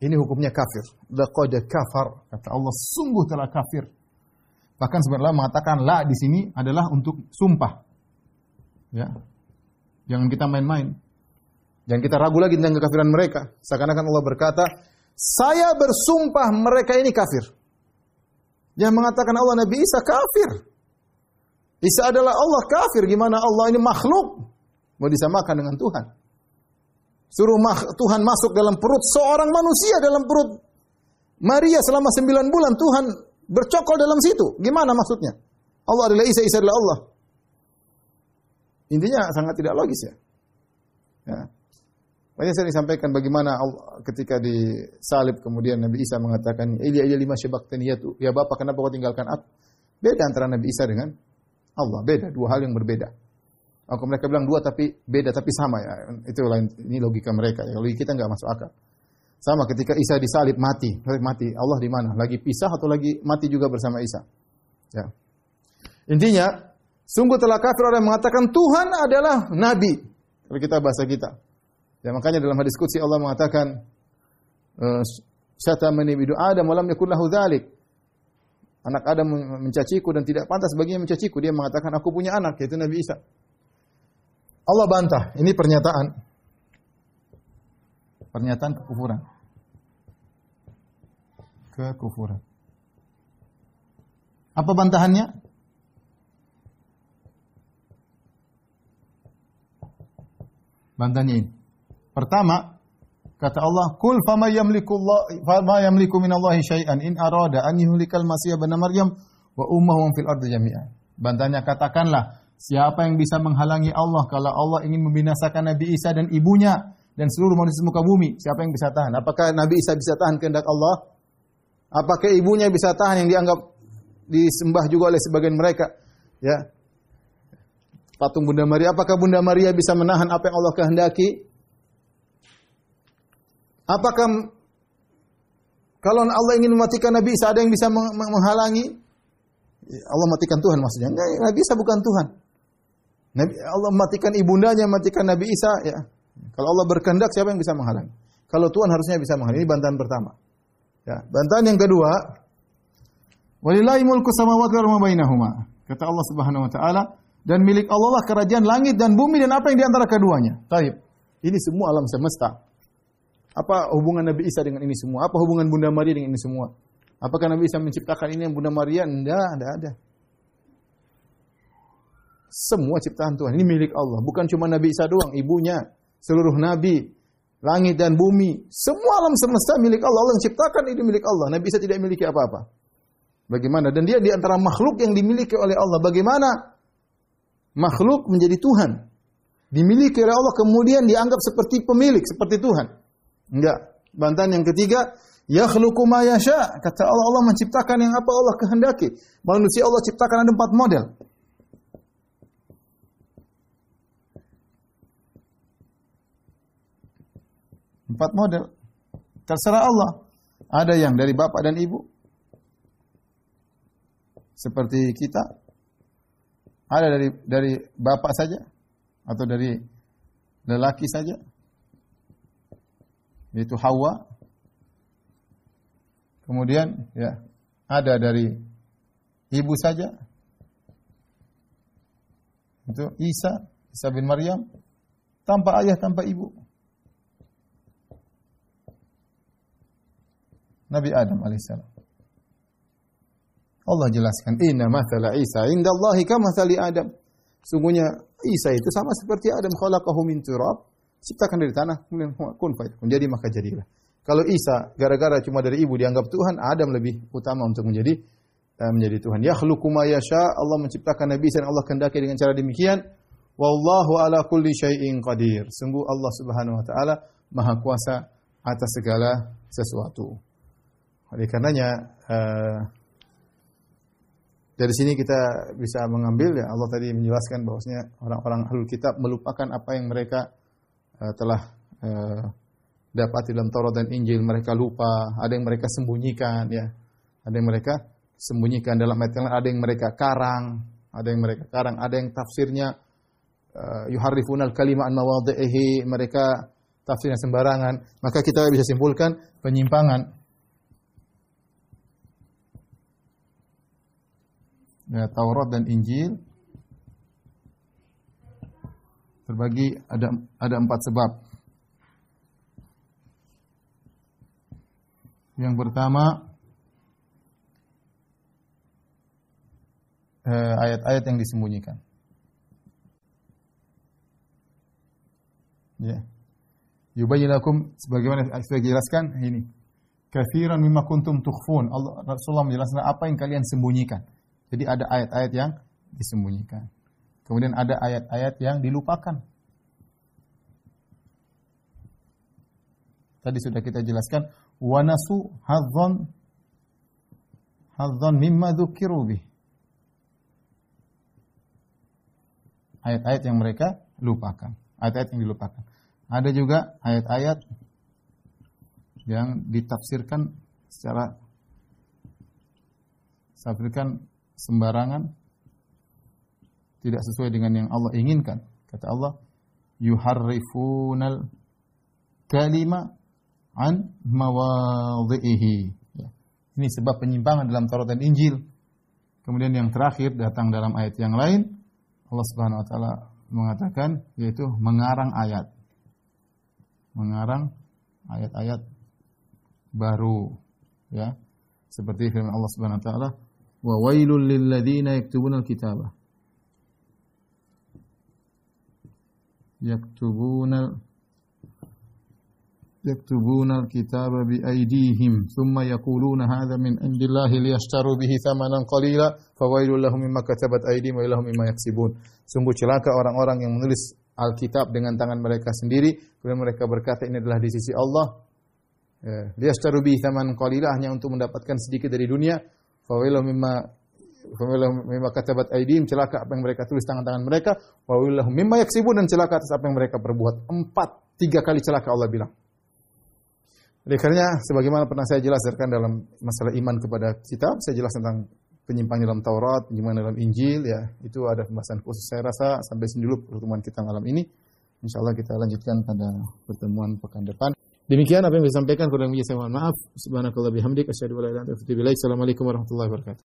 Ini hukumnya kafir. Laqad kafar, kata Allah, sungguh telah kafir. Bahkan sebenarnya mengatakan la di sini adalah untuk sumpah. Ya. Jangan kita main-main. Jangan kita ragu lagi tentang kekafiran mereka. Seakan-akan Allah berkata, saya bersumpah mereka ini kafir. Yang mengatakan Allah Nabi Isa kafir. Isa adalah Allah, kafir. Gimana Allah ini makhluk? Mau disamakan dengan Tuhan. Suruh Tuhan masuk dalam perut seorang manusia, dalam perut Maria selama sembilan bulan. Tuhan bercokol dalam situ. Gimana maksudnya? Allah adalah Isa, Isa adalah Allah. Intinya sangat tidak logis ya. Ya. Banyak saya disampaikan bagaimana Allah, ketika disalib kemudian Nabi Isa mengatakan, Ili aja lima syabaktani ya tu. Ya Bapak, kenapa kau tinggalkan aku? Beda antara Nabi Isa dengan Allah. Beda, dua hal yang berbeda. Aku mereka bilang dua tapi beda tapi sama ya. Itu lain, ini logika mereka. Ya. Logika kita nggak masuk akal. Sama ketika Isa disalib mati, mati. Allah di mana? Lagi pisah atau lagi mati juga bersama Isa? Ya. Intinya, sungguh telah kafir orang yang mengatakan Tuhan adalah nabi. Kalau kita bahasa kita. Ya makanya dalam hadis qudsi Allah mengatakan syatamani bidu Adam wa lam yakul lahu dzalik. Anak Adam mencaciku dan tidak pantas baginya mencaciku. Dia mengatakan aku punya anak, yaitu Nabi Isa. Allah bantah. Ini pernyataan. Pernyataan kekufuran. Kekufuran. Apa bantahannya? Bantahannya ini. Pertama, kata Allah, "Qul fama yamliku Allah fama yamliku min Allahi syai'an in arada an yuhlikal Masih ibn Maryam wa ummuhu fil ardi jami'an." Bantahannya, katakanlah, siapa yang bisa menghalangi Allah kalau Allah ingin membinasakan Nabi Isa dan ibunya dan seluruh manusia muka bumi? Siapa yang bisa tahan? Apakah Nabi Isa bisa tahan kehendak Allah? Apakah ibunya bisa tahan yang dianggap disembah juga oleh sebagian mereka? Ya. Patung Bunda Maria, apakah Bunda Maria bisa menahan apa yang Allah kehendaki? Apakah kalau Allah ingin mematikan Nabi Isa ada yang bisa menghalangi? Allah matikan Tuhan maksudnya. Enggak, Nabi Isa bukan Tuhan. Nabi Allah matikan ibundanya, matikan Nabi Isa ya. Kalau Allah berkehendak siapa yang bisa menghalangi? Kalau Tuhan harusnya bisa menghalangi. Ini bantahan pertama. Ya, bantahan yang kedua, walillahi mulku samawati wal ma bainahuma. Kata Allah Subhanahu wa taala, dan milik Allah lah kerajaan langit dan bumi dan apa yang di antara keduanya. Taib. Ini semua alam semesta. Apa hubungan Nabi Isa dengan ini semua? Apa hubungan Bunda Maria dengan ini semua? Apakah Nabi Isa menciptakan ini yang Bunda Maria? Enggak, enggak ada. Semua ciptaan Tuhan. Ini milik Allah. Bukan cuma Nabi Isa doang, ibunya, seluruh nabi, langit dan bumi, semua alam semesta milik Allah. Allah yang ciptakan ini milik Allah. Nabi Isa tidak memiliki apa-apa. Bagaimana? Dan dia di antara makhluk yang dimiliki oleh Allah. Bagaimana makhluk menjadi Tuhan? Dimiliki oleh Allah kemudian dianggap seperti pemilik, seperti Tuhan. Enggak. Bantahan yang ketiga, yakhluqu ma yasha. Kata Allah, Allah menciptakan yang apa Allah kehendaki. Manusia Allah ciptakan ada empat model. Empat model. Terserah Allah. Ada yang dari bapak dan ibu. Seperti kita. Ada dari dari bapak saja. Atau dari lelaki saja. Yaitu Hawa. Kemudian ya ada dari ibu saja. Itu Isa, Isa bin Maryam. Tanpa ayah, tanpa ibu. Nabi Adam alaihissalam. Allah jelaskan, inna mathala Isa indallahi kamathali Adam. Sungguhnya Isa itu sama seperti Adam, khalaqahu min turab, ciptakan dari tanah, kemudian kun fayakun, jadi maka jadilah. Kalau Isa gara-gara cuma dari ibu dianggap Tuhan, Adam lebih utama untuk menjadi uh, menjadi Tuhan. Yakhluqu ma yasha, Allah menciptakan Nabi Isa dan Allah kehendaki dengan cara demikian. Wallahu ala kulli syai'in qadir. Sungguh Allah Subhanahu wa taala Maha Kuasa atas segala sesuatu. Oleh karenanya uh, dari sini kita bisa mengambil ya, Allah tadi menjelaskan bahwasanya orang-orang ahlul kitab melupakan apa yang mereka uh, telah uh, dapat dalam Taurat dan Injil. Mereka lupa, ada yang mereka sembunyikan ya. Ada yang mereka sembunyikan dalam ayat yang lain, ada yang mereka karang, ada yang mereka karang, ada yang tafsirnya uh, yuharrifunal kalima an mawadhihi, mereka tafsirnya sembarangan, maka kita bisa simpulkan penyimpangan. Ya, Taurat dan Injil terbagi ada ada empat sebab. Yang pertama, eh, ayat-ayat yang disembunyikan. Ya. Yubayyin lakum, sebagaimana saya jelaskan ini. Katsiran mimma kuntum tukhfun. Allah Rasulullah menjelaskan apa yang kalian sembunyikan. Jadi ada ayat-ayat yang disembunyikan. Kemudian ada ayat-ayat yang dilupakan. Tadi sudah kita jelaskan, wa nasu hadzan hadzan mimma dzukiru bih. Ayat-ayat yang mereka lupakan, ayat-ayat yang dilupakan. Ada juga ayat-ayat yang ditafsirkan secara tafsirkan sembarangan, tidak sesuai dengan yang Allah inginkan. Kata Allah, yuharrifunal kalima an mawadhihi. Ya. Ini sebab penyimpangan dalam Taurat dan Injil. Kemudian yang terakhir datang dalam ayat yang lain, Allah Subhanahu wa taala mengatakan yaitu mengarang ayat. Mengarang ayat-ayat baru, ya. Seperti firman Allah Subhanahu wa taala, wa wailul lil ladzina yaktubuna al-kitaba yaktubuna yaktubuna al-kitaba bi aydihim thumma yaquluna hadha min indillahi liyashtaru bihi thamanan qalila fawailul lahum mimma katabat aydihim wa lahum mimma yaksibun. Sungguh celaka orang-orang yang menulis Alkitab dengan tangan mereka sendiri, kemudian mereka berkata ini adalah di sisi Allah. Ya, liyashtaru bihi thamanan qalila, hanya untuk mendapatkan sedikit dari dunia. Fawailul mimma fawailul mimma katabat aydihim, celaka apa yang mereka tulis tangan-tangan mereka. Fawailul lahum mimma yaksibun, dan celaka atas apa yang mereka perbuat. Empat, tiga kali celaka Allah bilang. Oleh karenanya, sebagaimana pernah saya jelaskan dalam masalah iman kepada kitab, saya jelas tentang penyimpangan dalam Taurat, penyimpangan dalam Injil, ya itu ada pembahasan khusus. Saya rasa sampai sini dulu pertemuan kita malam ini. Insyaallah kita lanjutkan pada pertemuan pekan depan. Demikian apa yang saya sampaikan, kurang lebih saya mohon maaf. Subhanakallah bihamdik, asyhadu an la ilaha illa anta astaghfiruka wa atubu ilaik. Assalamualaikum warahmatullahi wabarakatuh.